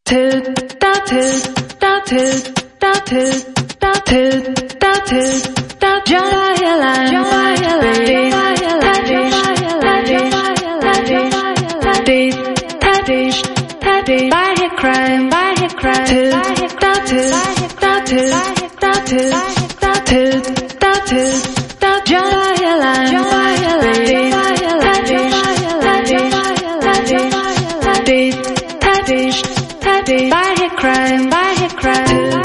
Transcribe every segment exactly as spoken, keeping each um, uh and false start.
toot da toot da toot da toot da toot da toot da joy line joy line by a crime by a crime toot da toot da toot da toot da toot da toot da joy line joy line by a crime by a crime.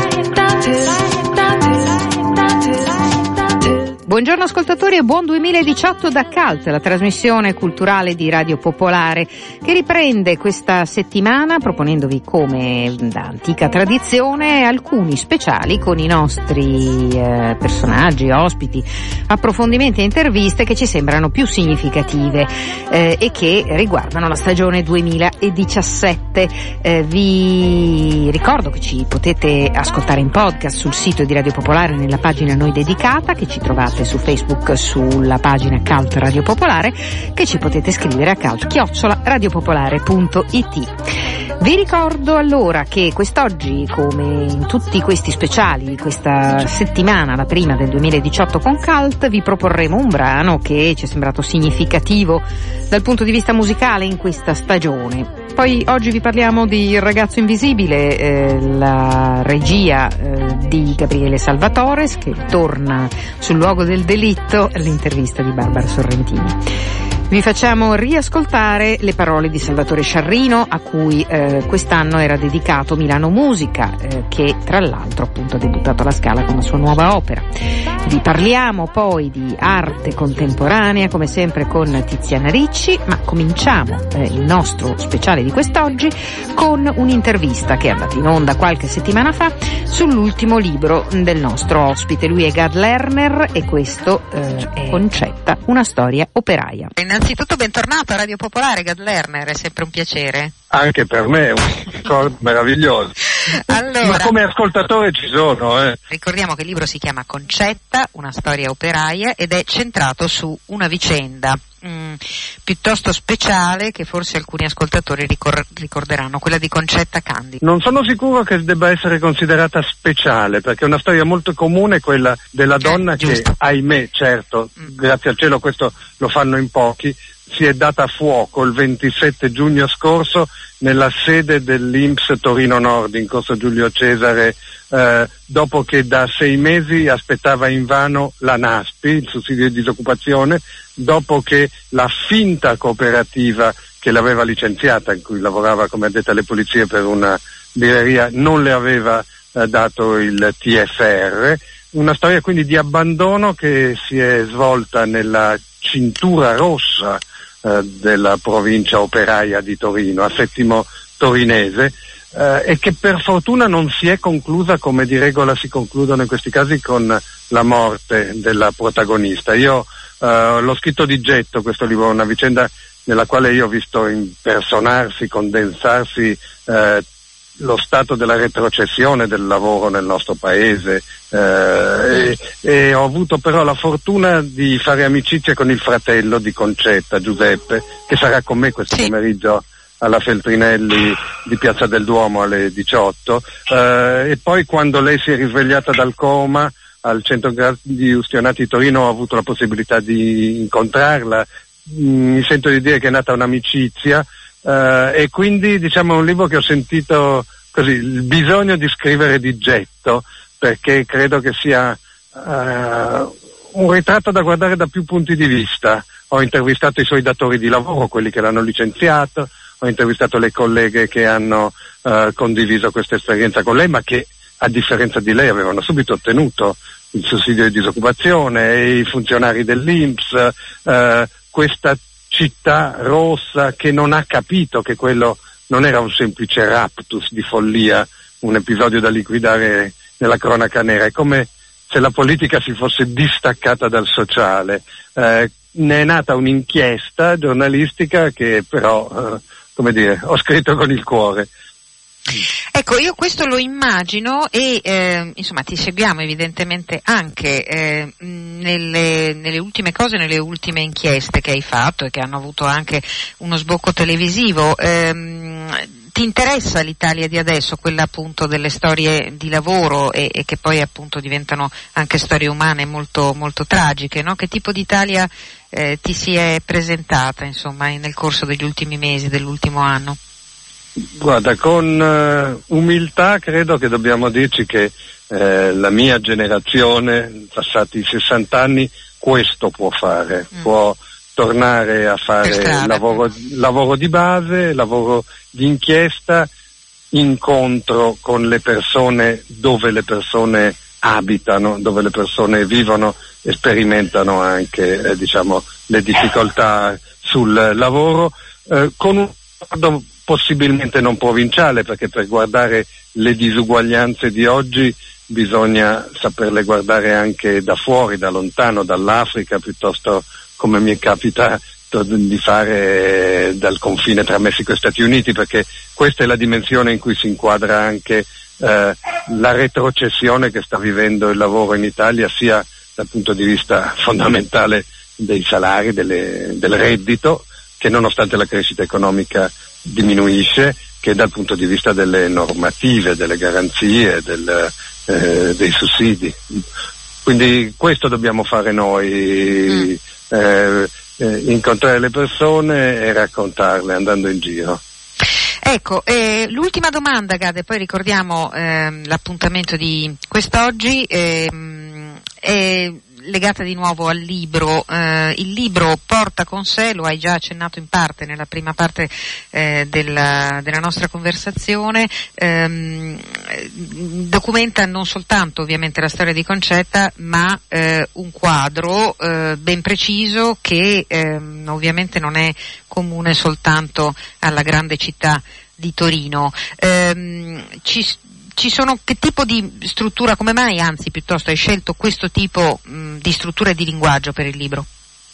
Buongiorno ascoltatori e buon duemiladiciotto da Cult, la trasmissione culturale di Radio Popolare che riprende questa settimana proponendovi come da antica tradizione alcuni speciali con i nostri eh, personaggi, ospiti, approfondimenti e interviste che ci sembrano più significative eh, e che riguardano la stagione duemiladiciassette. Eh, vi ricordo che ci potete ascoltare in podcast sul sito di Radio Popolare nella pagina a noi dedicata, che ci trovate su Facebook sulla pagina Cult Radio Popolare, che ci potete scrivere a cult chiocciola radiopopolare punto it. Vi ricordo allora che quest'oggi, come in tutti questi speciali, questa settimana, la prima del duemiladiciotto con Cult, vi proporremo un brano che ci è sembrato significativo dal punto di vista musicale in questa stagione. Poi oggi vi parliamo di Il ragazzo invisibile, eh, la regia eh, di Gabriele Salvatores, che torna sul luogo del delitto, l'intervista di Barbara Sorrentini. Vi facciamo riascoltare le parole di Salvatore Sciarrino, a cui eh, quest'anno era dedicato Milano Musica, eh, che tra l'altro appunto ha debuttato alla Scala con la sua nuova opera. Vi parliamo poi di arte contemporanea, come sempre con Tiziana Ricci, ma cominciamo eh, il nostro speciale di quest'oggi con un'intervista che è andata in onda qualche settimana fa sull'ultimo libro del nostro ospite. Lui è Gad Lerner e questo eh, è Concetta, una storia operaia. Innanzitutto bentornato a Radio Popolare, Gad Lerner, è sempre un piacere. Anche per me è un ricordo meraviglioso. Allora, ma come ascoltatore ci sono. Eh. Ricordiamo che il libro si chiama Concetta, una storia operaia, ed è centrato su una vicenda mm, piuttosto speciale che forse alcuni ascoltatori ricor- ricorderanno, quella di Concetta Candida. Non sono sicuro che debba essere considerata speciale, perché è una storia molto comune, quella della donna eh, che, ahimè, certo, mm. grazie al cielo questo lo fanno in pochi, si è data a fuoco il ventisette giugno scorso nella sede dell'I N P S Torino Nord in corso Giulio Cesare, eh, dopo che da sei mesi aspettava invano la NASPI, il sussidio di disoccupazione, dopo che la finta cooperativa che l'aveva licenziata, in cui lavorava come addetta alle pulizie per una birreria, non le aveva eh, dato il T F R. Una storia quindi di abbandono che si è svolta nella cintura rossa eh, della provincia operaia di Torino, a Settimo Torinese, eh, e che per fortuna non si è conclusa come di regola si concludono in questi casi, con la morte della protagonista. Io eh, l'ho scritto di getto questo libro, una vicenda nella quale io ho visto impersonarsi, condensarsi eh, lo stato della retrocessione del lavoro nel nostro paese, eh, e, e ho avuto però la fortuna di fare amicizia con il fratello di Concetta, Giuseppe, che sarà con me questo pomeriggio alla Feltrinelli di Piazza del Duomo alle diciotto, eh, e poi quando lei si è risvegliata dal coma al Centro Grandi Ustionati di Torino ho avuto la possibilità di incontrarla. Mi sento di dire che è nata un'amicizia, Uh, e quindi diciamo è un libro che ho sentito così il bisogno di scrivere di getto, perché credo che sia uh, un ritratto da guardare da più punti di vista. Ho intervistato i suoi datori di lavoro, quelli che l'hanno licenziato, ho intervistato le colleghe che hanno uh, condiviso questa esperienza con lei, ma che a differenza di lei avevano subito ottenuto il sussidio di disoccupazione, e i funzionari dell'I N P S, uh, questa città rossa che non ha capito che quello non era un semplice raptus di follia, un episodio da liquidare nella cronaca nera. È come se la politica si fosse distaccata dal sociale. Eh, ne è nata un'inchiesta giornalistica che però, eh, come dire, ho scritto con il cuore. Ecco, io questo lo immagino e eh, insomma ti seguiamo evidentemente anche eh, nelle, nelle ultime cose, nelle ultime inchieste che hai fatto e che hanno avuto anche uno sbocco televisivo. Eh, ti interessa l'Italia di adesso, quella appunto delle storie di lavoro e, e che poi appunto diventano anche storie umane molto, molto tragiche, no? Che tipo di Italia eh, ti si è presentata, insomma, nel corso degli ultimi mesi, dell'ultimo anno? Guarda, con uh, umiltà credo che dobbiamo dirci che eh, la mia generazione, passati i sessanta anni, questo può fare, mm. può tornare a fare lavoro, lavoro di base, lavoro di inchiesta, incontro con le persone dove le persone abitano, dove le persone vivono e sperimentano anche eh, diciamo le difficoltà sul lavoro, eh, con un modo possibilmente non provinciale, perché per guardare le disuguaglianze di oggi bisogna saperle guardare anche da fuori, da lontano, dall'Africa, piuttosto come mi capita di fare dal confine tra Messico e Stati Uniti, perché questa è la dimensione in cui si inquadra anche eh, la retrocessione che sta vivendo il lavoro in Italia, sia dal punto di vista fondamentale dei salari, delle, del reddito, che nonostante la crescita economica diminuisce, che dal punto di vista delle normative, delle garanzie, del, eh, dei sussidi. Quindi questo dobbiamo fare noi, mm. eh, eh, incontrare le persone e raccontarle andando in giro. Ecco, eh, l'ultima domanda, Gade, poi ricordiamo eh, l'appuntamento di quest'oggi, eh, è legata di nuovo al libro. Eh, il libro porta con sé, lo hai già accennato in parte nella prima parte eh, della, della nostra conversazione, ehm, documenta non soltanto ovviamente la storia di Concetta, ma eh, un quadro eh, ben preciso che ehm, ovviamente non è comune soltanto alla grande città di Torino. Ehm, ci Ci sono, che tipo di struttura, come mai anzi piuttosto hai scelto questo tipo mh, di struttura e di linguaggio per il libro?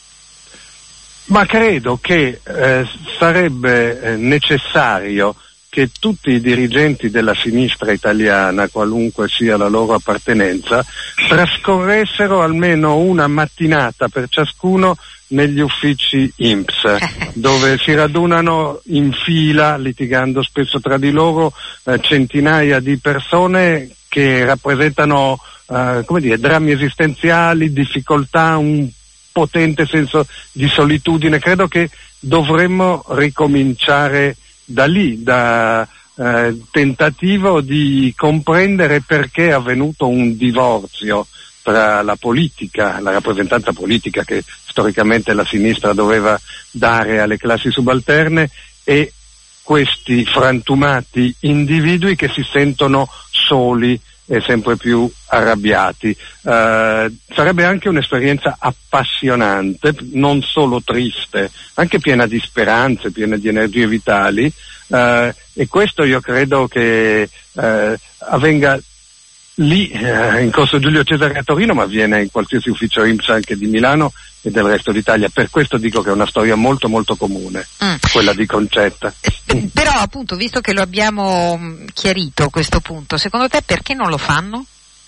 Ma credo che eh, sarebbe eh, necessario che tutti i dirigenti della sinistra italiana, qualunque sia la loro appartenenza, trascorressero almeno una mattinata per ciascuno negli uffici I N P S, dove si radunano in fila, litigando spesso tra di loro, eh, centinaia di persone che rappresentano eh, come dire, drammi esistenziali, difficoltà, un potente senso di solitudine. Credo che dovremmo ricominciare da lì, da eh, tentativo di comprendere perché è avvenuto un divorzio tra la politica, la rappresentanza politica che storicamente la sinistra doveva dare alle classi subalterne, e questi frantumati individui che si sentono soli e sempre più arrabbiati. Eh, sarebbe anche un'esperienza appassionante, non solo triste, anche piena di speranze, piena di energie vitali, eh, e questo io credo che eh, avvenga lì eh, in Corso Giulio Cesare a Torino, ma avviene in qualsiasi ufficio I N P S anche di Milano e del resto d'Italia. Per questo dico che è una storia molto molto comune, mm. quella di Concetta. Eh, però appunto, visto che lo abbiamo chiarito questo punto, secondo te perché non lo fanno?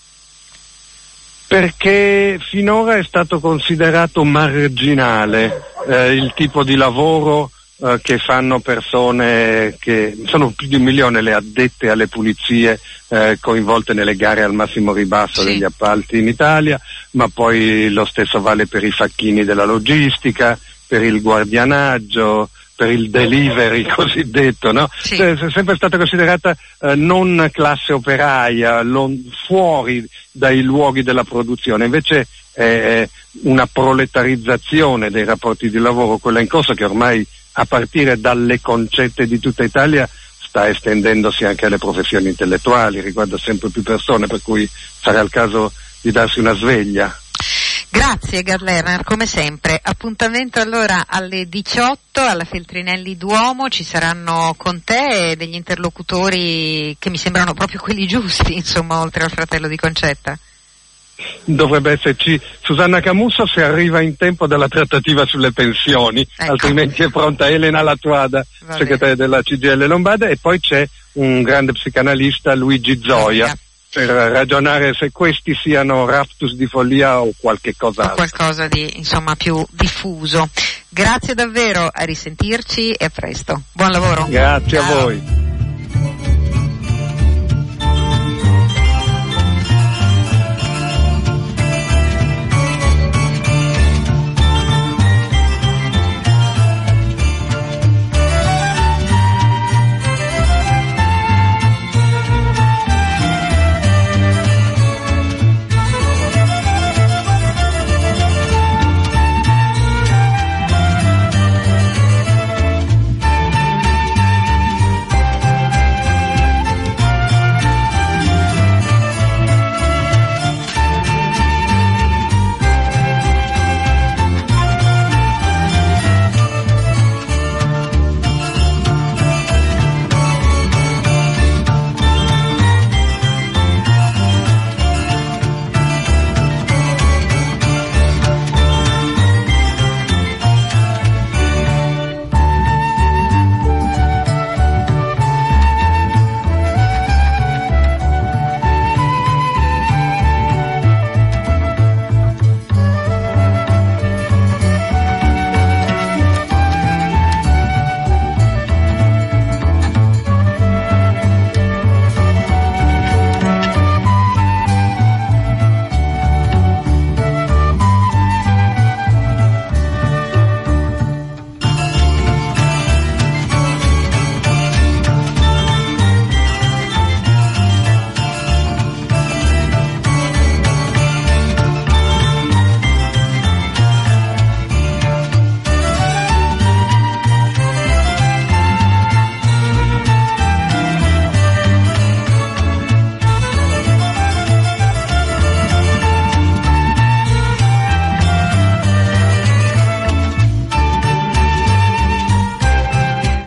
Perché finora è stato considerato marginale eh, il tipo di lavoro Uh, che fanno persone che sono più di un milione le addette alle pulizie eh, coinvolte nelle gare al massimo ribasso sì. degli appalti in Italia, ma poi lo stesso vale per i facchini della logistica, per il guardianaggio, per il delivery cosiddetto, no? Sì. È sempre stata considerata eh, non classe operaia, lon, fuori dai luoghi della produzione, invece è una proletarizzazione dei rapporti di lavoro, quella in corso, che ormai a partire dalle Concette di tutta Italia sta estendendosi anche alle professioni intellettuali, riguarda sempre più persone, per cui sarà il caso di darsi una sveglia. Grazie Gad Lerner, come sempre. Appuntamento allora alle diciotto alla Feltrinelli Duomo, ci saranno con te degli interlocutori che mi sembrano proprio quelli giusti, insomma, oltre al fratello di Concetta. Dovrebbe esserci Susanna Camusso, se arriva in tempo dalla trattativa sulle pensioni, ecco. Altrimenti è pronta Elena Lattuada, Va segretaria bene. della C G I L Lombarda, e poi c'è un grande psicanalista, Luigi Zoia, Zoia. per ragionare se questi siano raptus di follia o qualche cosa o qualcosa di insomma più diffuso. Grazie davvero, a risentirci e a presto. Buon lavoro. Grazie Ciao. a voi.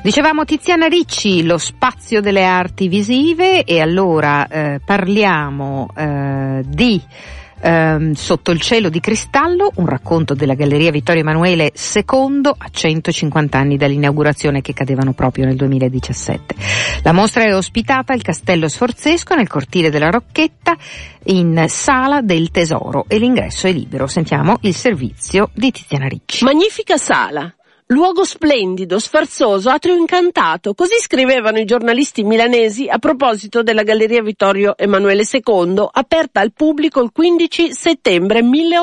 Dicevamo Tiziana Ricci, lo spazio delle arti visive, e allora eh, parliamo eh, di eh, Sotto il cielo di cristallo, un racconto della Galleria Vittorio Emanuele secondo a centocinquanta anni dall'inaugurazione, che cadevano proprio nel duemiladiciassette. La mostra è ospitata al Castello Sforzesco nel cortile della Rocchetta in Sala del Tesoro e l'ingresso è libero. Sentiamo il servizio di Tiziana Ricci. Magnifica sala. Luogo splendido, sfarzoso, atrio incantato, così scrivevano i giornalisti milanesi a proposito della Galleria Vittorio Emanuele secondo, aperta al pubblico il quindici settembre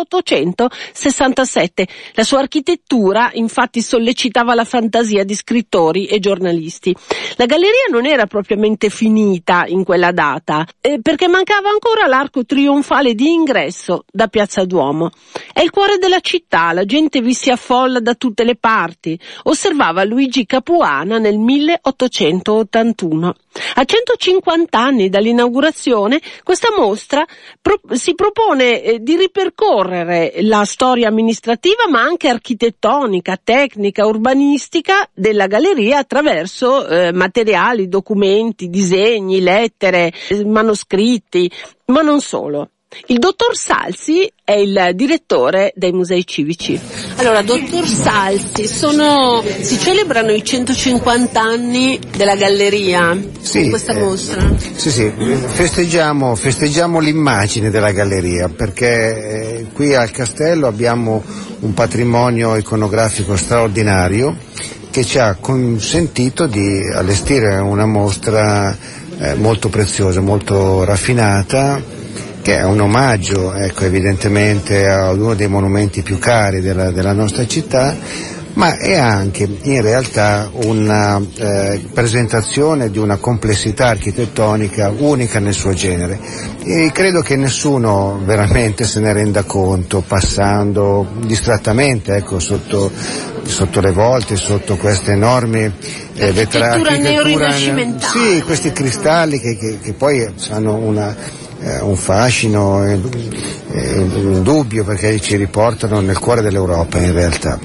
milleottocentosessantasette. La sua architettura infatti sollecitava la fantasia di scrittori e giornalisti. La galleria non era propriamente finita in quella data, eh, perché mancava ancora l'arco trionfale di ingresso da Piazza Duomo. È il cuore della città, la gente vi si affolla da tutte le parti, osservava Luigi Capuana nel milleottocentottantuno. A centocinquanta anni dall'inaugurazione, questa mostra pro- si propone eh, di ripercorrere la storia amministrativa, ma anche architettonica, tecnica, urbanistica della galleria attraverso eh, materiali, documenti, disegni, lettere, eh, manoscritti, ma non solo. Il dottor Salsi è il direttore dei musei civici. Allora, dottor Salsi, sono, si celebrano i centocinquanta anni della galleria, sì, con questa eh, mostra? Sì, sì, festeggiamo, festeggiamo l'immagine della galleria, perché eh, qui al castello abbiamo un patrimonio iconografico straordinario che ci ha consentito di allestire una mostra eh, molto preziosa, molto raffinata, che è un omaggio, ecco, evidentemente a uno dei monumenti più cari della, della nostra città, ma è anche in realtà una eh, presentazione di una complessità architettonica unica nel suo genere, e credo che nessuno veramente se ne renda conto passando distrattamente, ecco, sotto, sotto le volte, sotto queste enormi eh, architettura neorinascimentale. Sì, questi cristalli che, che, che poi hanno una Eh, un fascino eh, eh, indubbio, perché ci riportano nel cuore dell'Europa in realtà.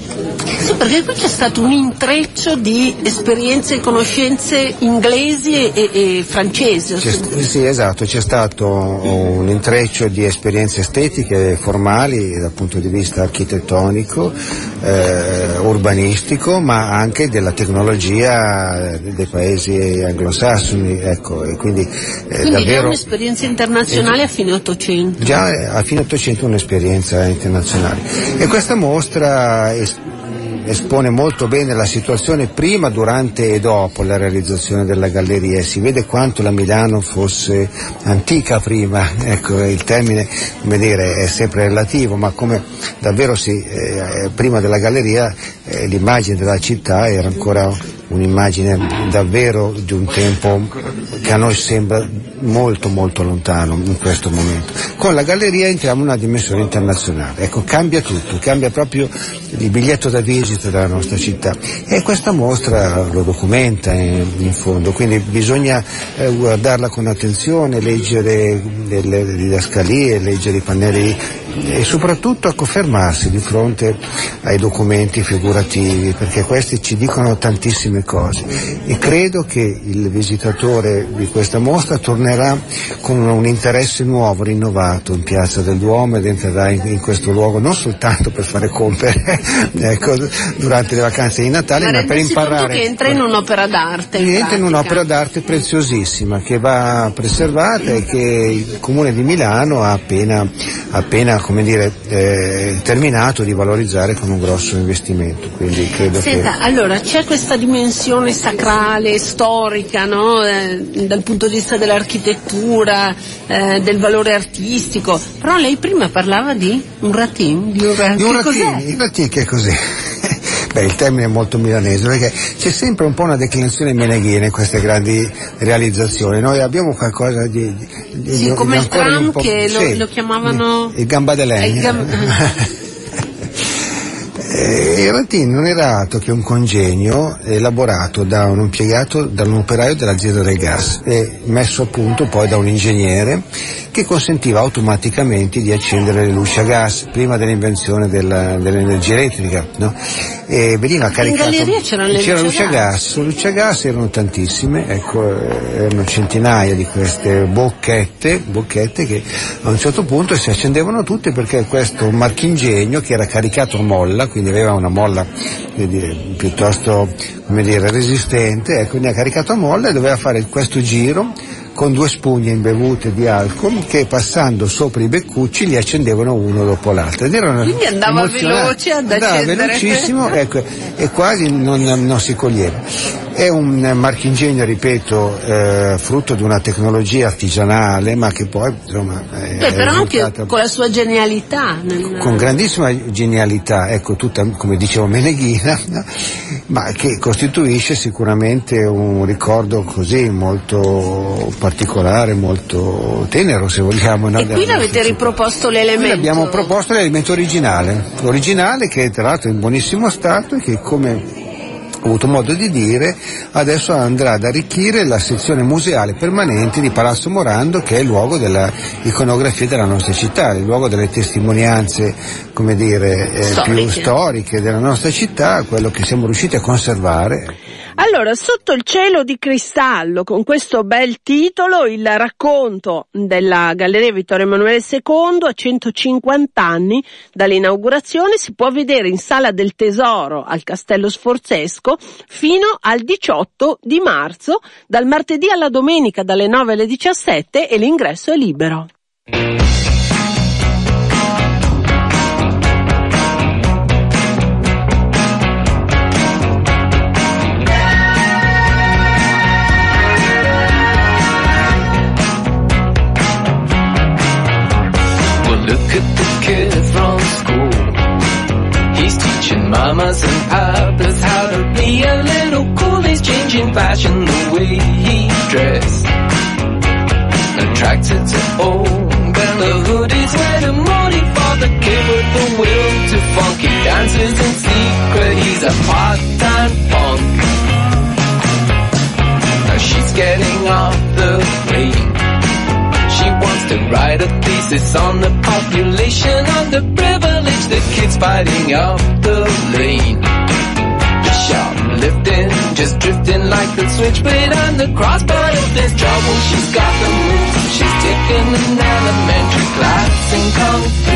Sì, perché qui c'è stato un intreccio di esperienze e conoscenze inglesi e, e francesi. C'è, sì, esatto, c'è stato un intreccio di esperienze estetiche e formali dal punto di vista architettonico, eh, urbanistico, ma anche della tecnologia dei paesi anglosassoni, ecco, e quindi, eh, quindi davvero già un'esperienza internazionale eh, a fine Ottocento. Già a fine Ottocento un'esperienza internazionale. E questa mostra es- espone molto bene la situazione prima, durante e dopo la realizzazione della galleria. Si vede quanto la Milano fosse antica prima, ecco, il termine, come dire, è sempre relativo, ma come davvero si, eh, prima della galleria eh, l'immagine della città era ancora un'immagine davvero di un tempo che a noi sembra molto molto lontano in questo momento. Con la galleria entriamo in una dimensione internazionale, ecco, cambia tutto, cambia proprio il biglietto da visita della nostra città, e questa mostra lo documenta in, in fondo, quindi bisogna eh, guardarla con attenzione, leggere le, le didascalie, leggere i pannelli e soprattutto ecco, fermarsi di fronte ai documenti figurativi, perché questi ci dicono tantissime cose, e credo che il visitatore di questa mostra tornerà con un interesse nuovo, rinnovato in Piazza del Duomo, ed entrerà in, in questo luogo non soltanto per fare compere ecco, durante le vacanze di Natale, ma, ma per imparare. Che entra in un'opera d'arte. In entra in un'opera d'arte preziosissima che va preservata e che il Comune di Milano ha appena, appena come dire, eh, terminato di valorizzare con un grosso investimento. Quindi credo Senta, che... allora c'è questa dimensione sacrale, storica, no? Eh, dal punto di vista dell'architettura, eh, del valore artistico, però lei prima parlava di un ratin, di un ratin, di un che ratin, cos'è? Il ratin che cos'è? Beh, il termine è molto milanese, perché c'è sempre un po' una declinazione meneghina in queste grandi realizzazioni. Noi abbiamo qualcosa di... di sì, di, come di il tram che lo, sì, lo chiamavano... il gamba de legna. Il gam... Eh, in realtà non era altro che un congegno elaborato da un impiegato, da un operaio dell'azienda del gas e messo a punto poi da un ingegnere che consentiva automaticamente di accendere le luci a gas prima dell'invenzione della, dell'energia elettrica, no? E veniva caricato. In galleria c'erano le c'era luci a gas. Le luci a gas erano tantissime, ecco, erano centinaia di queste bocchette, bocchette che a un certo punto si accendevano tutte perché questo marchingegno, che era caricato a molla, quindi aveva una molla dire, piuttosto come dire, resistente, ecco, ne ha caricato a molla e doveva fare questo giro con due spugne imbevute di alcol che passando sopra i beccucci li accendevano uno dopo l'altro. Ed erano Quindi andava veloce ad andava accendere. velocissimo, ecco, e quasi non, non si coglieva. È un marchingegno, ripeto, eh, frutto di una tecnologia artigianale, ma che poi insomma è Beh, però anche risultata con la sua genialità. Nel... Con grandissima genialità, ecco, tutta, come dicevo, meneghina, no? Ma che costituisce sicuramente un ricordo così molto particolare, molto tenero, se vogliamo. No? E qui l'avete riproposto l'elemento? Qui abbiamo proposto l'elemento originale, originale che tra l'altro è in buonissimo stato e che, come ho avuto modo di dire, adesso andrà ad arricchire la sezione museale permanente di Palazzo Morando, che è il luogo della iconografia della nostra città, il luogo delle testimonianze, come dire, eh, più storiche della nostra città, quello che siamo riusciti a conservare. Allora, Sotto il cielo di cristallo, con questo bel titolo, il racconto della Galleria Vittorio Emanuele secondo a centocinquanta anni dall'inaugurazione, si può vedere in Sala del Tesoro al Castello Sforzesco fino al diciotto di marzo, dal martedì alla domenica dalle nove alle diciassette, e l'ingresso è libero. Mamas and papas, how to be a little cool. He's changing fashion, the way he dressed. Attracted to old, and the hood is where the money for the kid with the will to funky dances in secret. He's a part-time punk. Now she's getting off the plane. She wants to write a thesis on the population underprivileged, the kids fighting up the lane. Shoplifting, just drifting like the switchblade and the cross, but if there's trouble, she's got the moves. She's taken an elementary class in Kung Fu.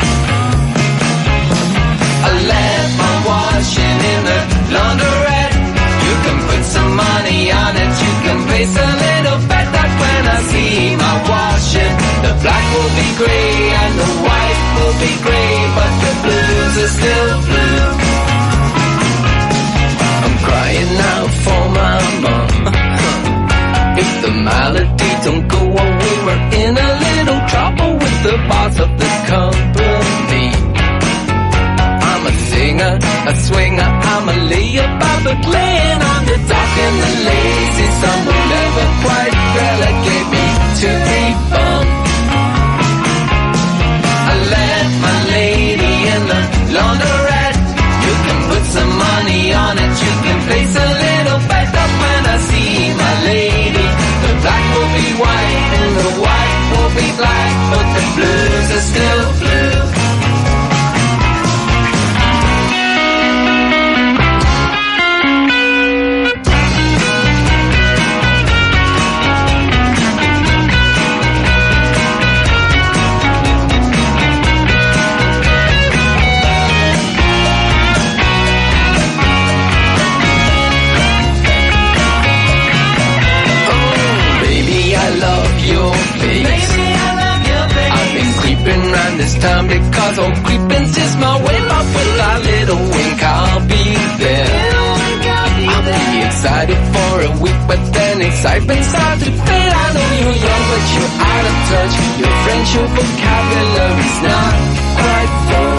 I left my washing in the laundrette. You can put some money on it, you can place a little bet that when I see my washing, the black will be grey and the white will be grey, but the blues are still blue. I'm crying out for my mom. If the malady don't go away, we're in a little trouble with the boss of the company. I'm a singer, a swinger, I'm a layabout, but laying on the dock and the lazy sun will never quite relegate me to a bum. I left my lady in the laundrette. You can put some money on it, you can place a little bet up when I see my lady. The black will be white and the white will be black, but the blues are still blue. This time because all creeping's just my way, but with a little wink I'll be there. I'll be excited for a week, but then excitement starts to fade. I know you're young, but you're out of touch. Your French, your vocabulary's not quite full.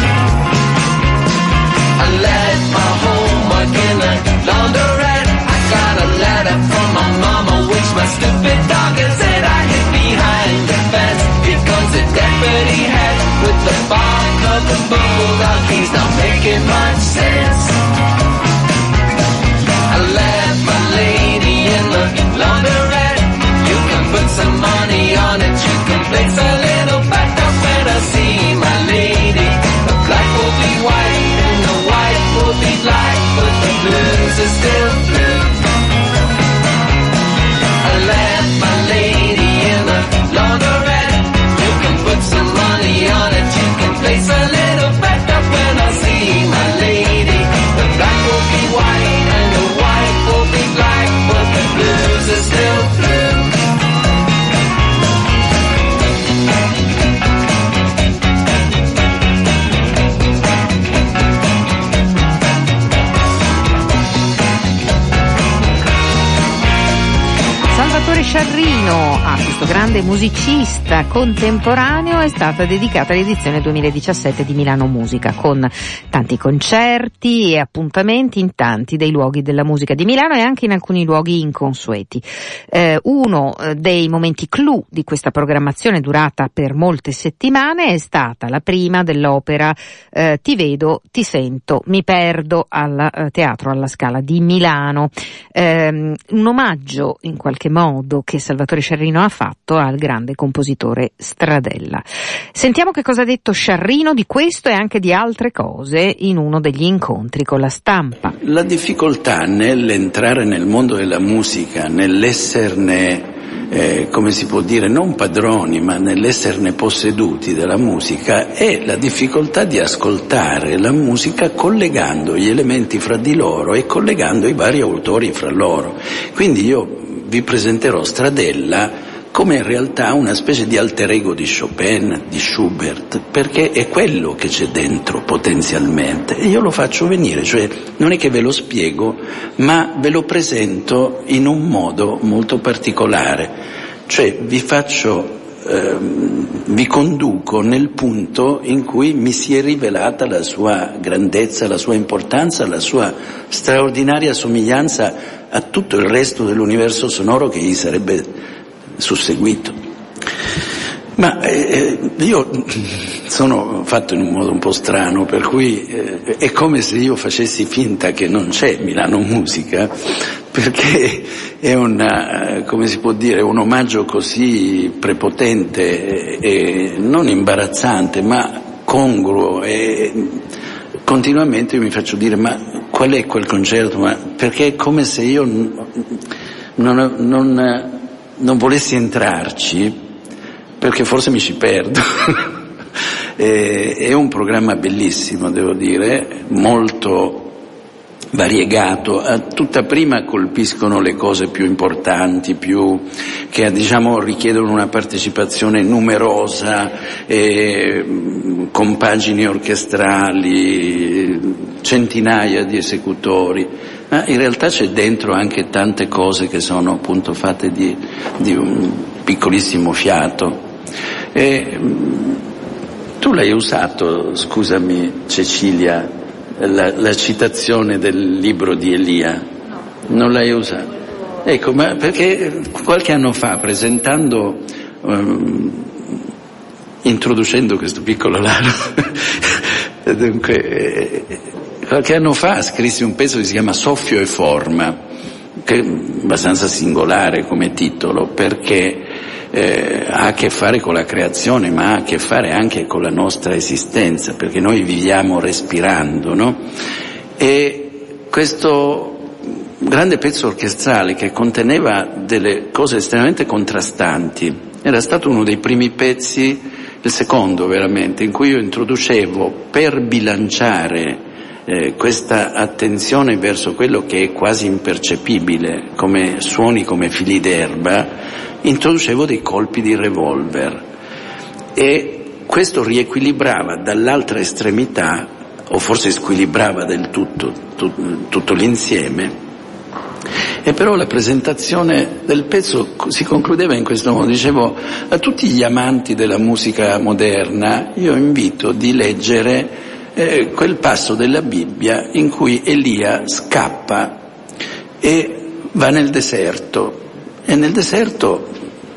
I left my homework in a laundrette. I got a letter from my mama, which my stupid dog had said I hid behind the fence. Here comes the deputy head with the bark of the bulldog. he's not making much sense. I left my lady in the laundrette. You can put some money on it, you can place a little back up when I see my lady. The black will be white and the white will be black, but the blues are still blue. I left my lady in the laundrette. You can put some money on it, you can place a little back up when I see my lady. The black will be white and the white will be black, but the blues are still blue. Salvatore Sciarrino, a questo grande musicista contemporaneo, è stata dedicata l'edizione duemiladiciassette di Milano Musica, con tanti concerti e appuntamenti in tanti dei luoghi della musica di Milano e anche in alcuni luoghi inconsueti. Eh, uno dei momenti clou di questa programmazione, durata per molte settimane, è stata la prima dell'opera eh, Ti vedo, ti sento, mi perdo al eh, Teatro alla Scala di Milano. Eh, un omaggio in qualche modo che Salvatore Sciarrino ha fatto al grande compositore Stradella. Sentiamo che cosa ha detto Sciarrino di questo e anche di altre cose in uno degli incontri con la stampa. La difficoltà nell'entrare nel mondo della musica, nell'esserne, eh, come si può dire, non padroni, ma nell'esserne posseduti della musica, è la difficoltà di ascoltare la musica collegando gli elementi fra di loro e collegando i vari autori fra loro. Quindi io vi presenterò Stradella come in realtà una specie di alter ego di Chopin, di Schubert, perché è quello che c'è dentro potenzialmente, e io lo faccio venire, cioè non è che ve lo spiego, ma ve lo presento in un modo molto particolare, cioè vi faccio, ehm, vi conduco nel punto in cui mi si è rivelata la sua grandezza, la sua importanza, la sua straordinaria somiglianza a tutto il resto dell'universo sonoro che gli sarebbe susseguito. Ma eh, io sono fatto in un modo un po' strano, per cui eh, è come se io facessi finta che non c'è Milano Musica, perché è una, come si può dire, un omaggio così prepotente e non imbarazzante, ma congruo, e continuamente io mi faccio dire: ma qual è quel concerto? Ma perché è come se io non, non, non volessi entrarci, perché forse mi ci perdo. È un programma bellissimo, devo dire, molto variegato. A tutta prima colpiscono le cose più importanti, più che diciamo richiedono una partecipazione numerosa, eh, con pagine orchestrali, centinaia di esecutori, ma in realtà c'è dentro anche tante cose che sono appunto fatte di, di un piccolissimo fiato. E, tu l'hai usato, scusami Cecilia, la, la citazione del libro di Elia? No. Non l'hai usato? Ecco, ma perché qualche anno fa, presentando, um, introducendo questo piccolo Laro, dunque, eh, qualche anno fa scrissi un pezzo che si chiama Soffio e Forma, che è abbastanza singolare come titolo, perché eh, ha a che fare con la creazione, ma ha a che fare anche con la nostra esistenza, perché noi viviamo respirando, no? E questo grande pezzo orchestrale, che conteneva delle cose estremamente contrastanti, era stato uno dei primi pezzi, il secondo veramente, in cui io introducevo, per bilanciare Eh, questa attenzione verso quello che è quasi impercettibile, come suoni come fili d'erba, introducevo dei colpi di revolver, e questo riequilibrava dall'altra estremità, o forse squilibrava del tutto, tu, tutto l'insieme. E però la presentazione del pezzo si concludeva in questo modo. Dicevo a tutti gli amanti della musica moderna, io invito di leggere Eh, quel passo della Bibbia in cui Elia scappa e va nel deserto, e nel deserto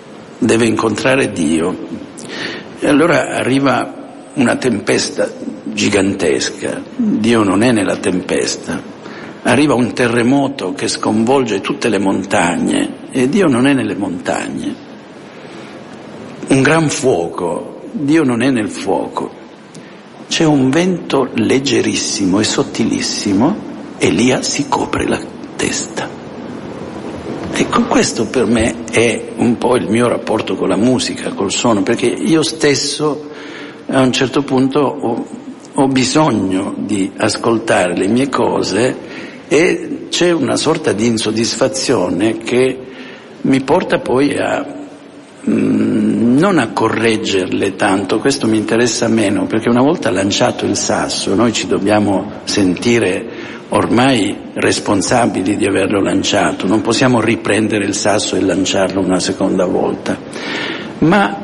deve incontrare Dio, e allora arriva una tempesta gigantesca, Dio non è nella tempesta. Arriva un terremoto che sconvolge tutte le montagne e Dio non è nelle montagne. Un gran fuoco, Dio non è nel fuoco. C'è un vento leggerissimo e sottilissimo, Elia si copre la testa. Ecco, questo per me è un po' il mio rapporto con la musica, col suono, perché io stesso a un certo punto ho, ho bisogno di ascoltare le mie cose e c'è una sorta di insoddisfazione che mi porta poi a mh, non a correggerle tanto, questo mi interessa meno, perché una volta lanciato il sasso noi ci dobbiamo sentire ormai responsabili di averlo lanciato, non possiamo riprendere il sasso e lanciarlo una seconda volta, ma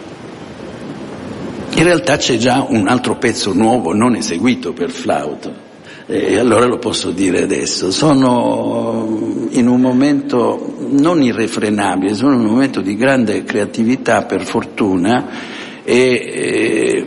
in realtà c'è già un altro pezzo nuovo non eseguito per flauto e allora lo posso dire adesso. Sono in un momento non irrefrenabile, sono in un momento di grande creatività per fortuna e, e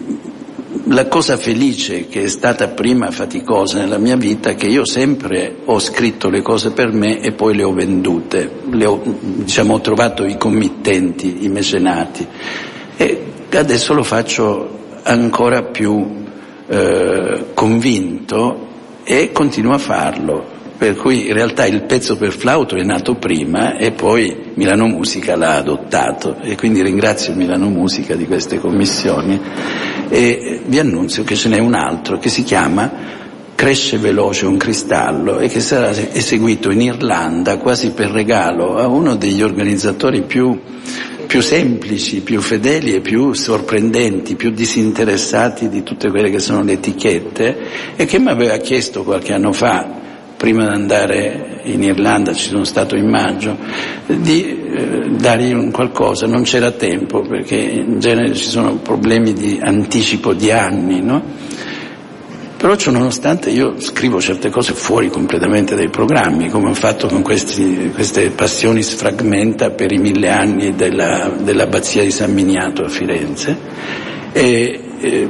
la cosa felice che è stata prima faticosa nella mia vita è che io sempre ho scritto le cose per me e poi le ho vendute, le ho, diciamo, ho trovato i committenti, i mecenati e adesso lo faccio ancora più eh, convinto e continuo a farlo, per cui in realtà il pezzo per flauto è nato prima e poi Milano Musica l'ha adottato e quindi ringrazio Milano Musica di queste commissioni e vi annunzio che ce n'è un altro che si chiama Cresce veloce un cristallo e che sarà eseguito in Irlanda quasi per regalo a uno degli organizzatori più più semplici, più fedeli e più sorprendenti, più disinteressati di tutte quelle che sono le etichette e che mi aveva chiesto qualche anno fa, prima di andare in Irlanda, ci sono stato in maggio, di eh, dargli un qualcosa, non c'era tempo perché in genere ci sono problemi di anticipo di anni, no? Però ciò nonostante io scrivo certe cose fuori completamente dai programmi, come ho fatto con questi, queste Passionis Fragmenta per i mille anni della, dell'abbazia di San Miniato a Firenze e, e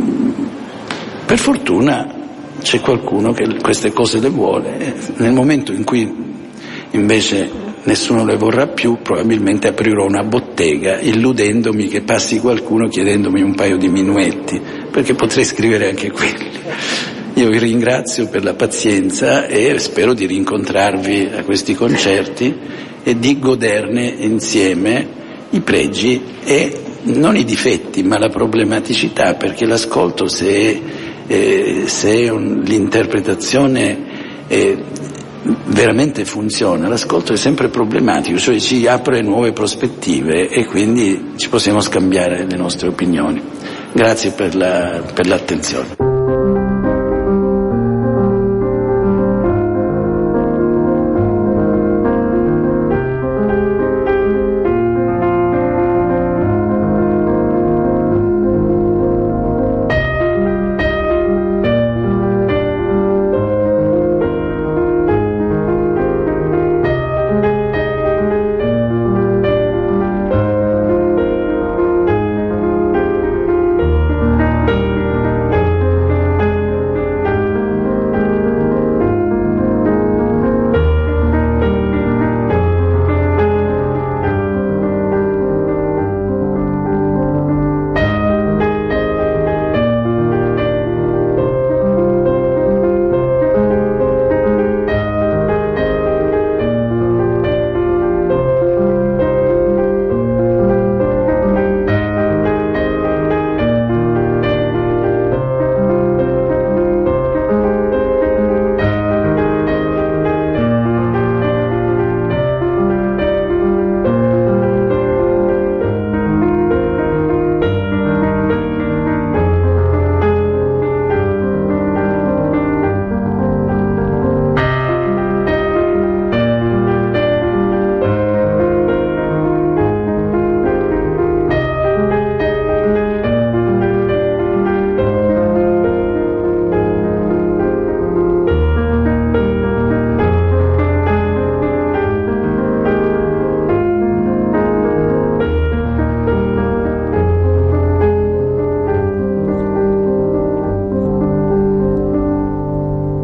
per fortuna c'è qualcuno che queste cose le vuole e nel momento in cui invece nessuno le vorrà più probabilmente aprirò una bottega illudendomi che passi qualcuno chiedendomi un paio di minuetti, perché potrei scrivere anche quelli. Io vi ringrazio per la pazienza e spero di rincontrarvi a questi concerti e di goderne insieme i pregi e non i difetti ma la problematicità, perché l'ascolto se, eh, se un, l'interpretazione è veramente funziona, l'ascolto è sempre problematico, cioè ci apre nuove prospettive e quindi ci possiamo scambiare le nostre opinioni. Grazie per la, per l'attenzione.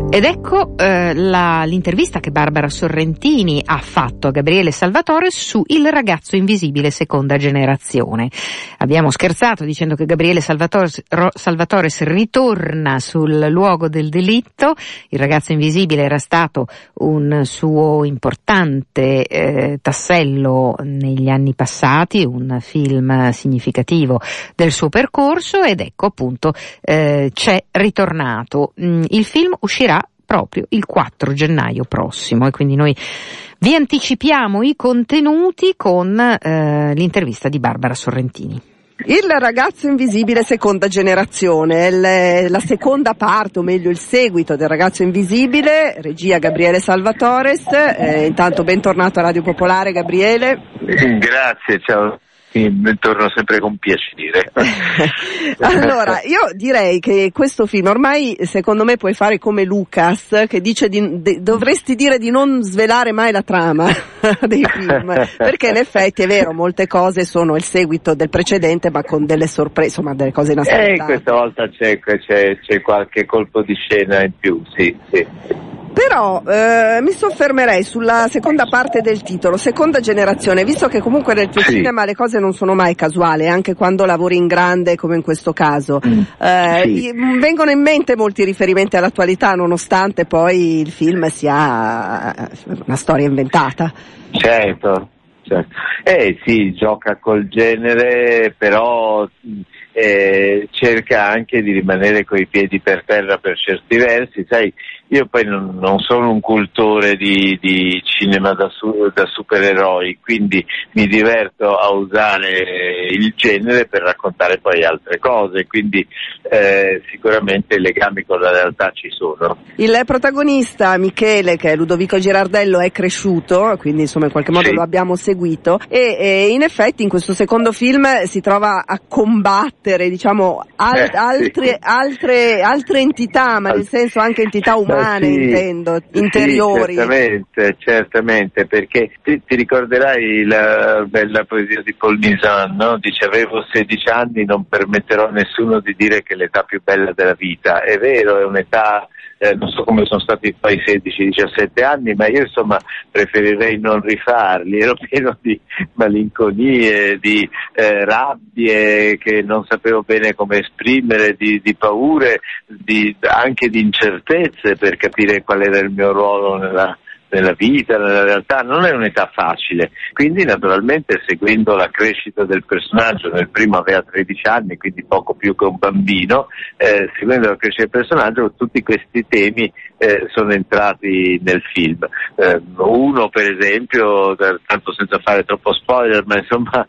Ed ecco eh, la, l'intervista che Barbara Sorrentini ha fatto a Gabriele Salvatore su Il ragazzo invisibile seconda generazione. Abbiamo scherzato dicendo che Gabriele Salvatore, Salvatore ritorna sul luogo del delitto. Il ragazzo invisibile era stato un suo importante eh, tassello negli anni passati, un film significativo del suo percorso, ed ecco appunto eh, c'è ritornato. Il film uscirà proprio il quattro gennaio prossimo e quindi noi vi anticipiamo i contenuti con eh, l'intervista di Barbara Sorrentini. Il ragazzo invisibile seconda generazione, le, la seconda parte, o meglio il seguito del ragazzo invisibile, regia Gabriele Salvatores. Eh, intanto bentornato a Radio Popolare, Gabriele. Grazie, ciao. Torno sempre con piacere. Allora, io direi che questo film ormai secondo me puoi fare come Lucas, che dice di, de, dovresti dire di non svelare mai la trama dei film, perché in effetti è vero, molte cose sono il seguito del precedente ma con delle sorprese, insomma delle cose inaspettate. E eh, questa volta c'è, c'è, c'è qualche colpo di scena in più, sì, sì. Però eh, mi soffermerei sulla seconda parte del titolo, seconda generazione, visto che comunque nel tuo sì. cinema le cose non sono mai casuali, anche quando lavori in grande come in questo caso. Mm. Eh, sì. Vengono in mente molti riferimenti all'attualità, nonostante poi il film sia una storia inventata. Certo, certo. Eh sì, gioca col genere, però eh, cerca anche di rimanere coi piedi per terra per certi versi, sai. Io poi non, non sono un cultore di, di cinema da, su, da supereroi, quindi mi diverto a usare il genere per raccontare poi altre cose, quindi eh, sicuramente i legami con la realtà ci sono. Il protagonista Michele, che è Ludovico Girardello, è cresciuto, quindi insomma in qualche modo sì. lo abbiamo seguito e, e in effetti in questo secondo film si trova a combattere, diciamo, al, eh, altri, sì. altre, altre entità, ma nel senso anche entità umane. Umane, sì, intendo, interiori. Sì, certamente, certamente, perché ti, ti ricorderai la bella poesia di Paul Nizan, no? Dice: avevo sedici anni, non permetterò a nessuno di dire che è l'età più bella della vita. È vero, è un'età, eh, non so come sono stati poi sedici diciassette anni, ma io insomma preferirei non rifarli, ero pieno di malinconie, di eh, rabbie che non sapevo bene come esprimere, di, di paure, di, anche di incertezze per capire qual era il mio ruolo nella nella vita, nella realtà. Non è un'età facile, quindi naturalmente seguendo la crescita del personaggio, nel primo aveva tredici anni, quindi poco più che un bambino, eh, seguendo la crescita del personaggio tutti questi temi eh, sono entrati nel film. Eh, uno per esempio, tanto senza fare troppo spoiler, ma insomma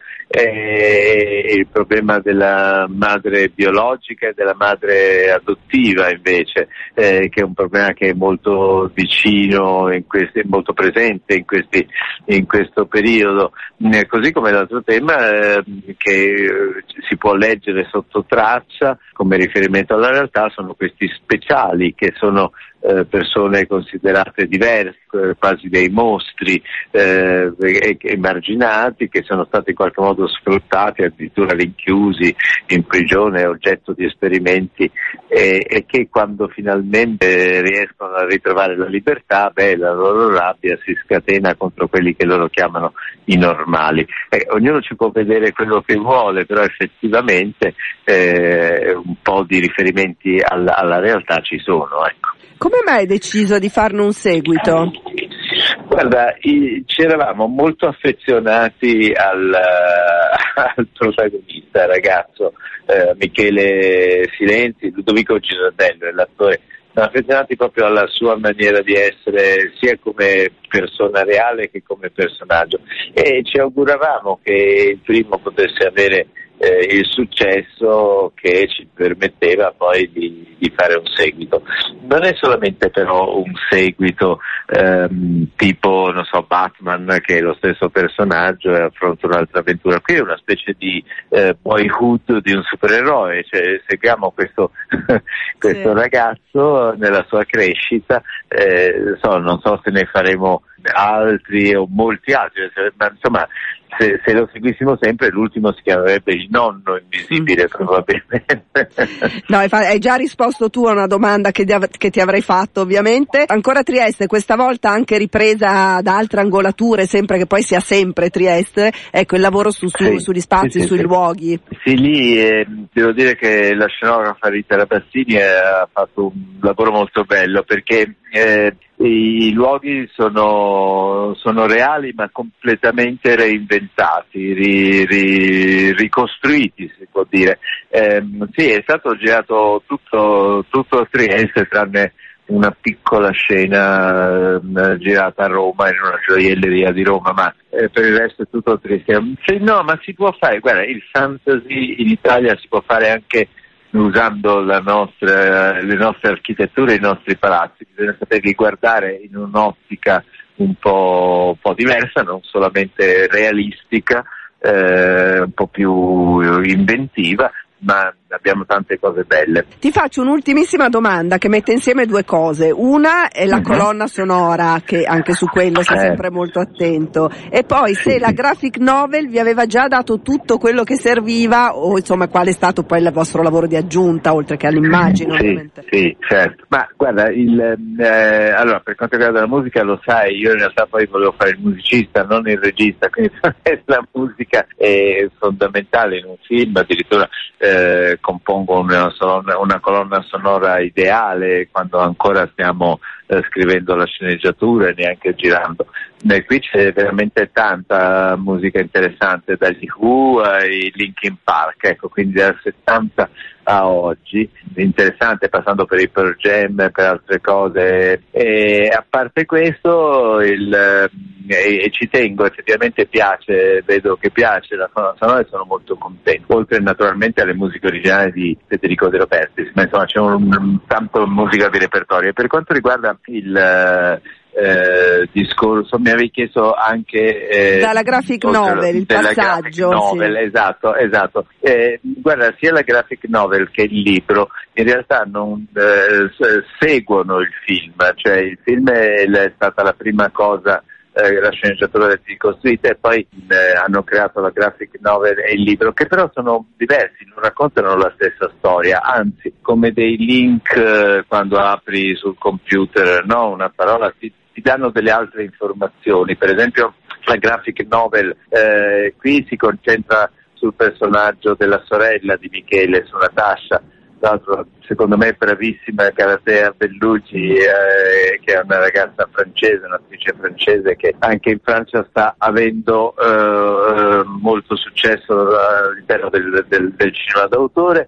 è il problema della madre biologica e della madre adottiva invece, eh, che è un problema che è molto vicino in questi, molto presente in questi in questo periodo, eh, così come l'altro tema eh, che si può leggere sotto traccia come riferimento alla realtà sono questi speciali che sono eh, persone considerate diverse, quasi dei mostri, eh, emarginati, che sono stati in qualche modo sfruttati, addirittura rinchiusi in prigione, oggetto di esperimenti, e, e che quando finalmente riescono a ritrovare la libertà, beh, la loro rabbia si scatena contro quelli che loro chiamano i normali. Eh, ognuno ci può vedere quello che vuole, però effettivamente eh, un po' di riferimenti alla, alla realtà ci sono, ecco. Come mai hai deciso di farne un seguito? Guarda, ci eravamo molto affezionati al, al protagonista, ragazzo, eh, Michele Silenzi, Ludovico Girardello è l'attore. Siamo affezionati proprio alla sua maniera di essere, sia come persona reale che come personaggio, e ci auguravamo che il primo potesse avere eh, il successo che ci permetteva poi di, di fare un seguito. Non è solamente però un seguito ehm, tipo, non so, Batman, che è lo stesso personaggio e affronta un'altra avventura. Qui è una specie di eh, boyhood di un supereroe, cioè seguiamo questo, questo sì. ragazzo nella sua crescita, eh, so, non so se ne faremo altri o molti altri, ma insomma se, se lo seguissimo sempre l'ultimo si chiamerebbe Il nonno invisibile probabilmente. No, hai già risposto tu a una domanda che, che ti avrei fatto ovviamente. Ancora Trieste, questa volta anche ripresa da altre angolature, sempre che poi sia sempre Trieste, ecco il lavoro su, su, sì, sugli spazi, sì, sì, sui sì. luoghi. Sì, lì eh, devo dire che la scenografa Rita Rabazzini ha fatto un lavoro molto bello perché eh, i luoghi sono, sono reali ma completamente reinventati, ri, ri, ricostruiti si può dire. Eh, sì, è stato girato tutto, tutto Trieste tranne una piccola scena eh, girata a Roma in una gioielleria di Roma, ma eh, per il resto è tutto Trieste. Sì, no, ma si può fare, guarda, il fantasy in Italia si può fare anche usando la nostra, le nostre architetture e i nostri palazzi, bisogna saperli guardare in un'ottica un po', un po' diversa, non solamente realistica, eh, un po' più inventiva, ma abbiamo tante cose belle. Ti faccio un'ultimissima domanda che mette insieme due cose. Una è la uh-huh. colonna sonora, che anche su quello sei eh. sempre molto attento, e poi se la graphic novel vi aveva già dato tutto quello che serviva o insomma qual è stato poi il vostro lavoro di aggiunta oltre che all'immagine. Sì, ovviamente. Sì, certo. Ma guarda, il, eh, allora per quanto riguarda la musica lo sai, io in realtà poi volevo fare il musicista, non il regista, quindi la musica è fondamentale in un film, addirittura eh, compongo una, sonora, una colonna sonora ideale quando ancora stiamo eh, scrivendo la sceneggiatura e neanche girando. E qui c'è veramente tanta musica interessante, dagli Who ai Linkin Park, ecco, quindi dal settanta a oggi, interessante, passando per i Pearl Jam, per altre cose. E a parte questo, il, e, e ci tengo, effettivamente piace, vedo che piace la colonna sonora e sono molto contento, oltre naturalmente alle musiche originali di Federico De Robertis, ma insomma c'è un, un tanto musica di repertorio. E per quanto riguarda il Eh, discorso, mi avevi chiesto anche eh, dalla graphic novel, il passaggio novel, sì. esatto, esatto. Eh, guarda, sia la graphic novel che il libro in realtà non eh, seguono il film, cioè il film è, è stata la prima cosa, eh, la sceneggiatura del ricostruita, e poi eh, hanno creato la graphic novel e il libro, che però sono diversi, non raccontano la stessa storia, anzi come dei link eh, quando apri sul computer, no, una parola ti ti danno delle altre informazioni. Per esempio la graphic novel eh, qui si concentra sul personaggio della sorella di Michele, su Natascia, tra l'altro secondo me bravissima Galatea Bellucci, eh, che è una ragazza francese, un'attrice francese che anche in Francia sta avendo eh, molto successo all'interno del, del, del cinema d'autore,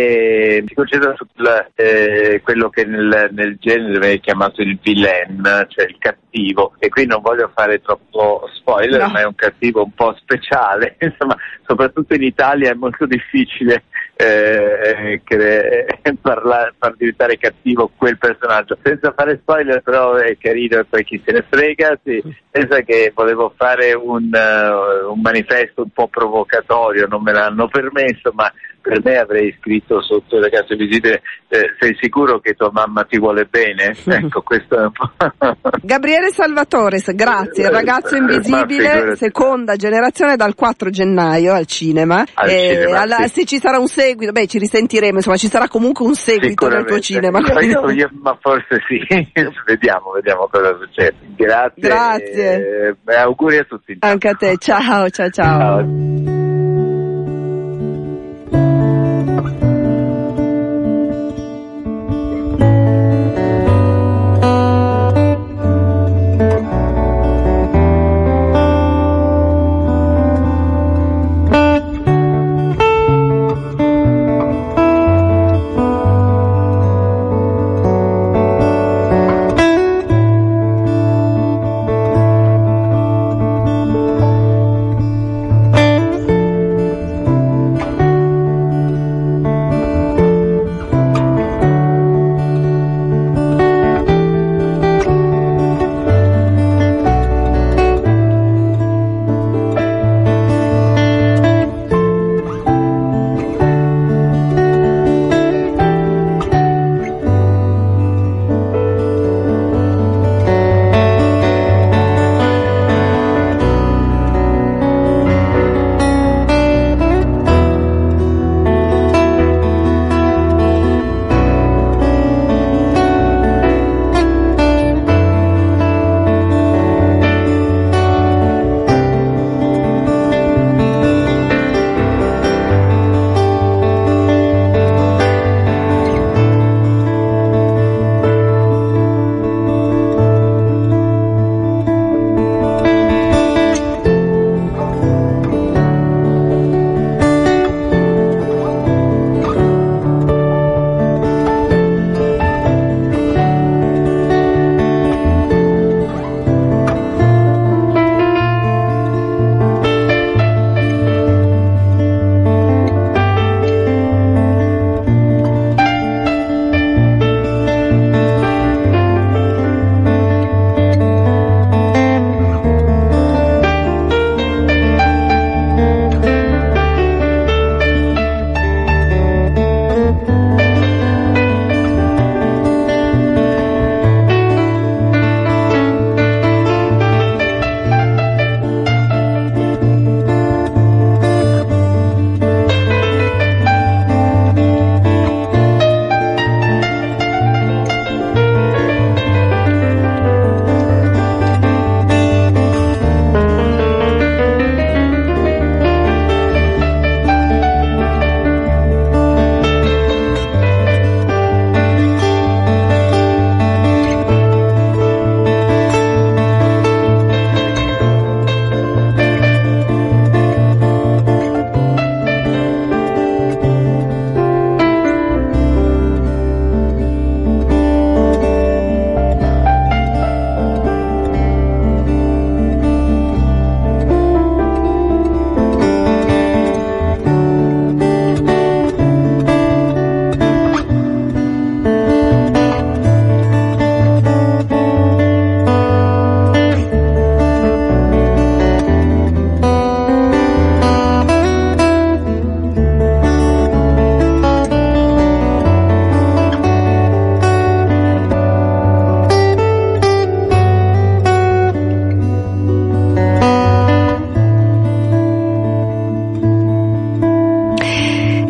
e si concentra su eh, quello che nel, nel genere viene chiamato il villain, cioè il cattivo, e qui non voglio fare troppo spoiler, no. Ma è un cattivo un po' speciale, insomma, soprattutto in Italia è molto difficile eh, cre- Parla, far diventare cattivo quel personaggio, senza fare spoiler, però è carino e poi chi se ne frega. Sì, pensa che volevo fare un, uh, un manifesto un po' provocatorio, non me l'hanno permesso, ma per me avrei scritto sotto il ragazzo invisibile eh, sei sicuro che tua mamma ti vuole bene? Ecco, questo è un po'. Gabriele Salvatores, grazie. Il ragazzo invisibile, seconda generazione, dal quattro gennaio al cinema, al eh, cinema alla, sì. Se ci sarà un seguito, beh ci risentiremo, insomma ci sarà comunque un seguito nel tuo cinema. Io, io, ma forse sì, vediamo, vediamo cosa succede. Grazie. Grazie. Eh, auguri a tutti. Anche a te, ciao ciao ciao. ciao.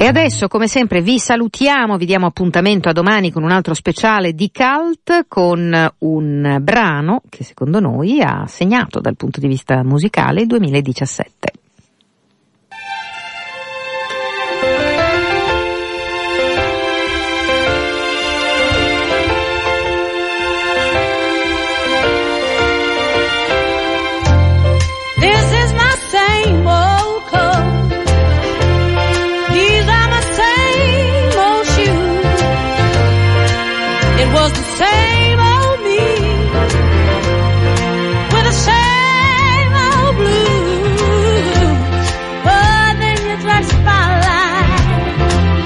E adesso, come sempre, vi salutiamo, vi diamo appuntamento a domani con un altro speciale di Cult, con un brano che secondo noi ha segnato dal punto di vista musicale il duemiladiciassette. Was the same old me with the same old blues, but then you touched my life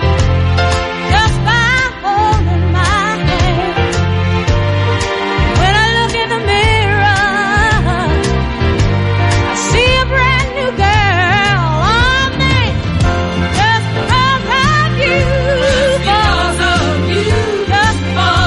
just by holding my hand. When I look in the mirror, I see a brand new girl on me, just because of you, because of you, just because.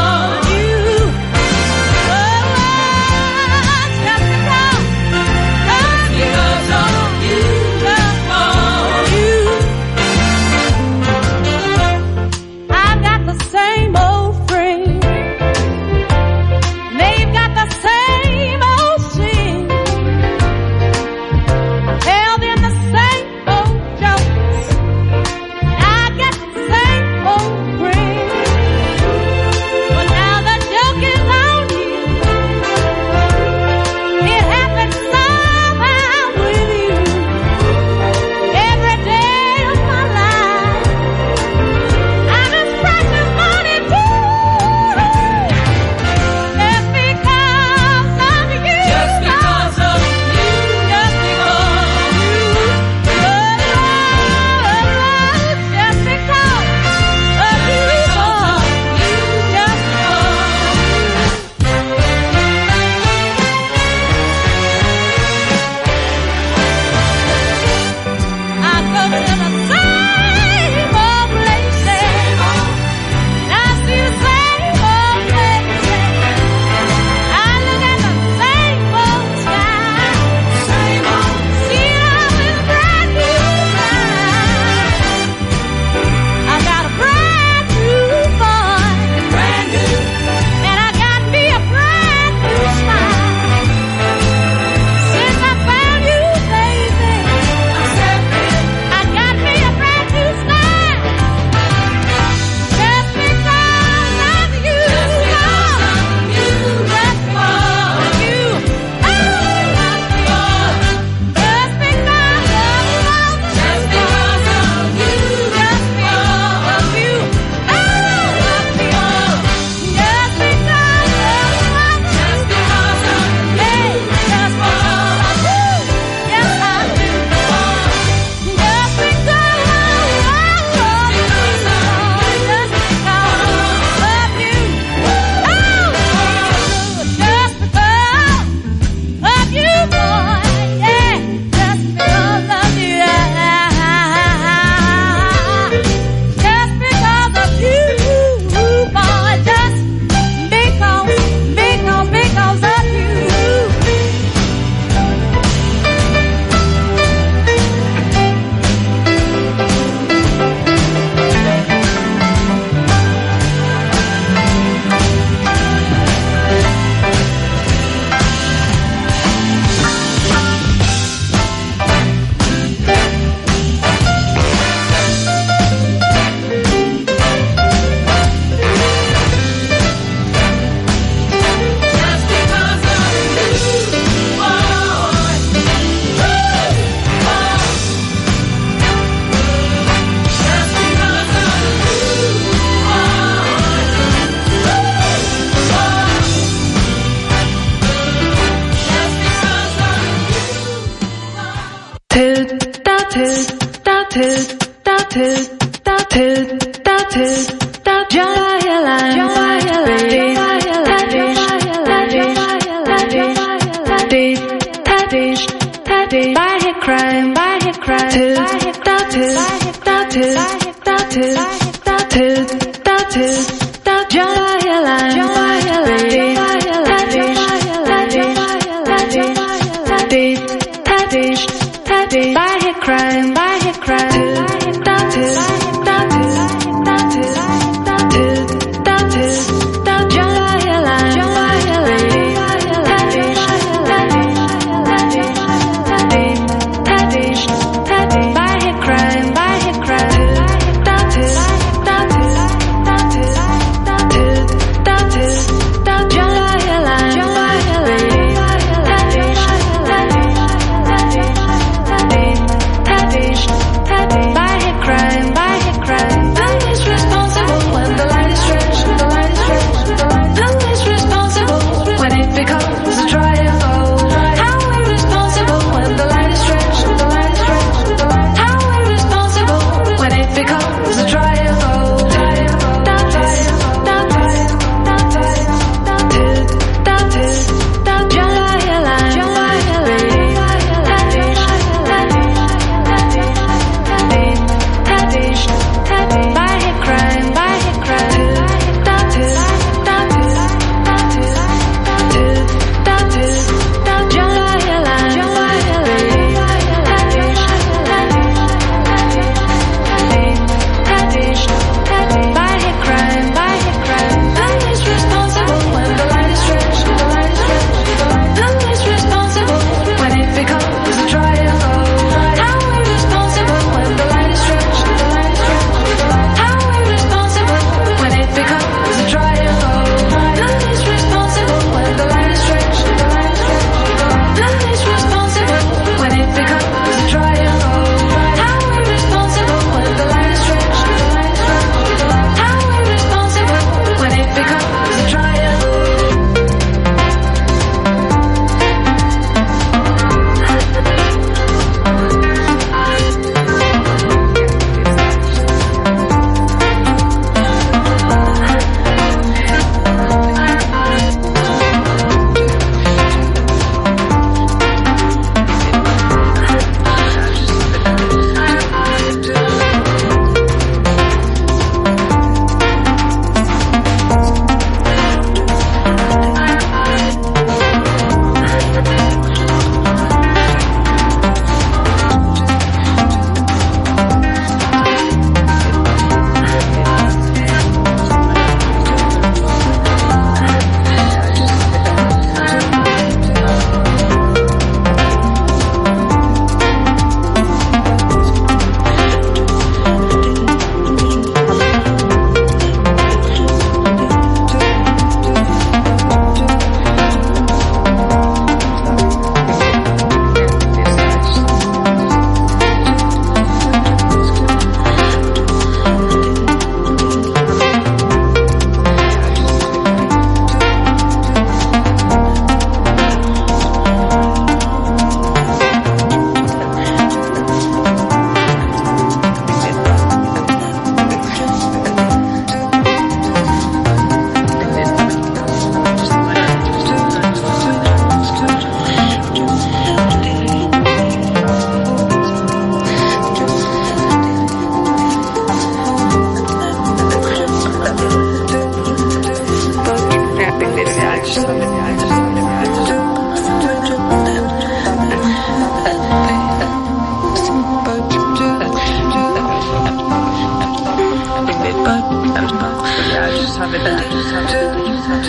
Crime, by crime, by crime,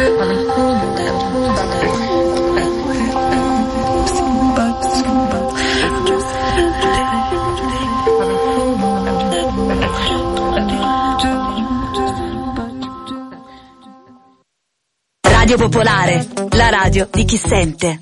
Radio Popolare, la radio di chi sente.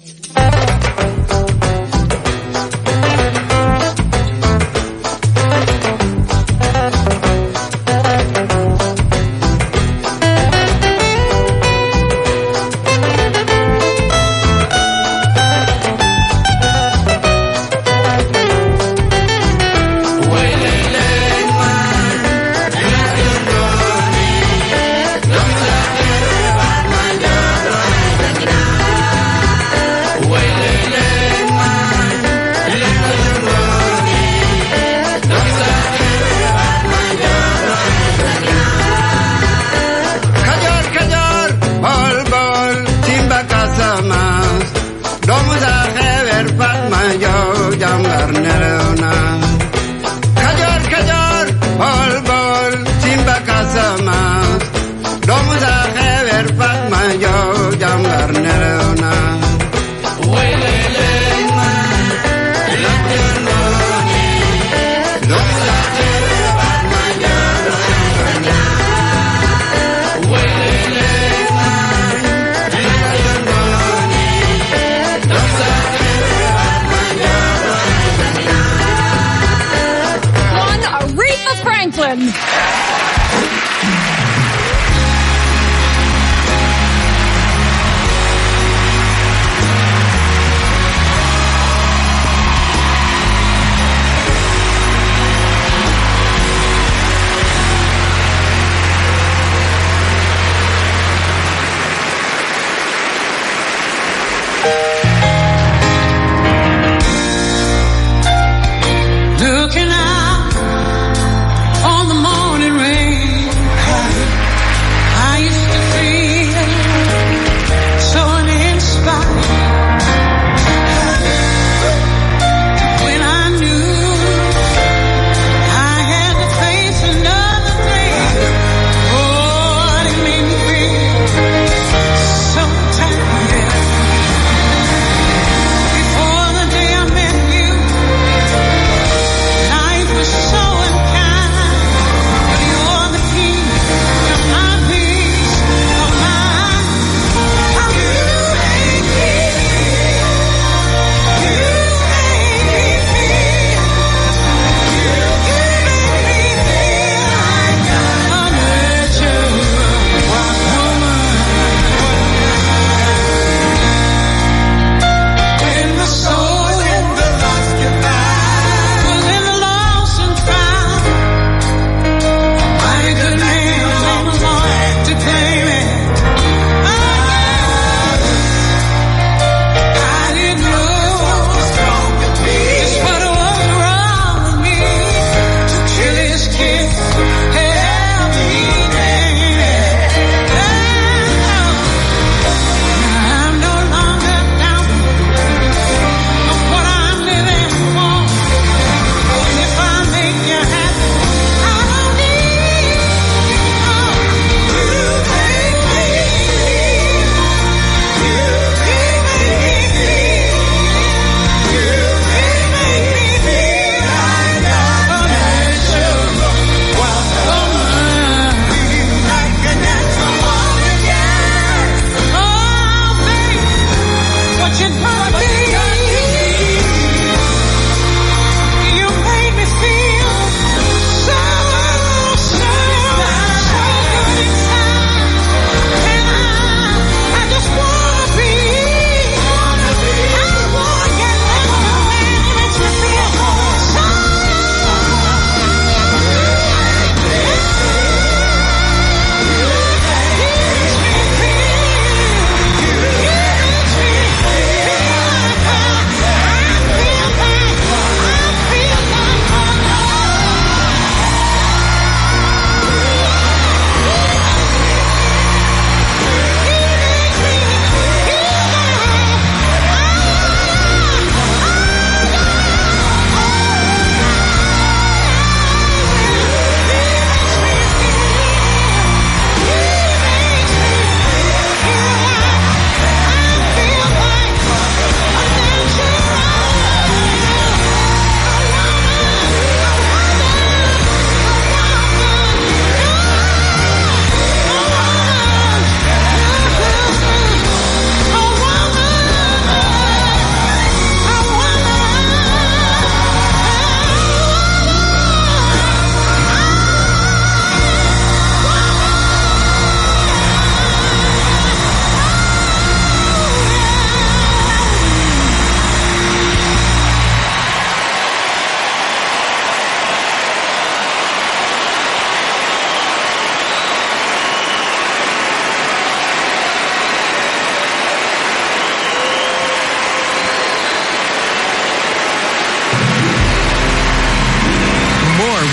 Looking out on the morning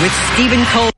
with Stephen Cole.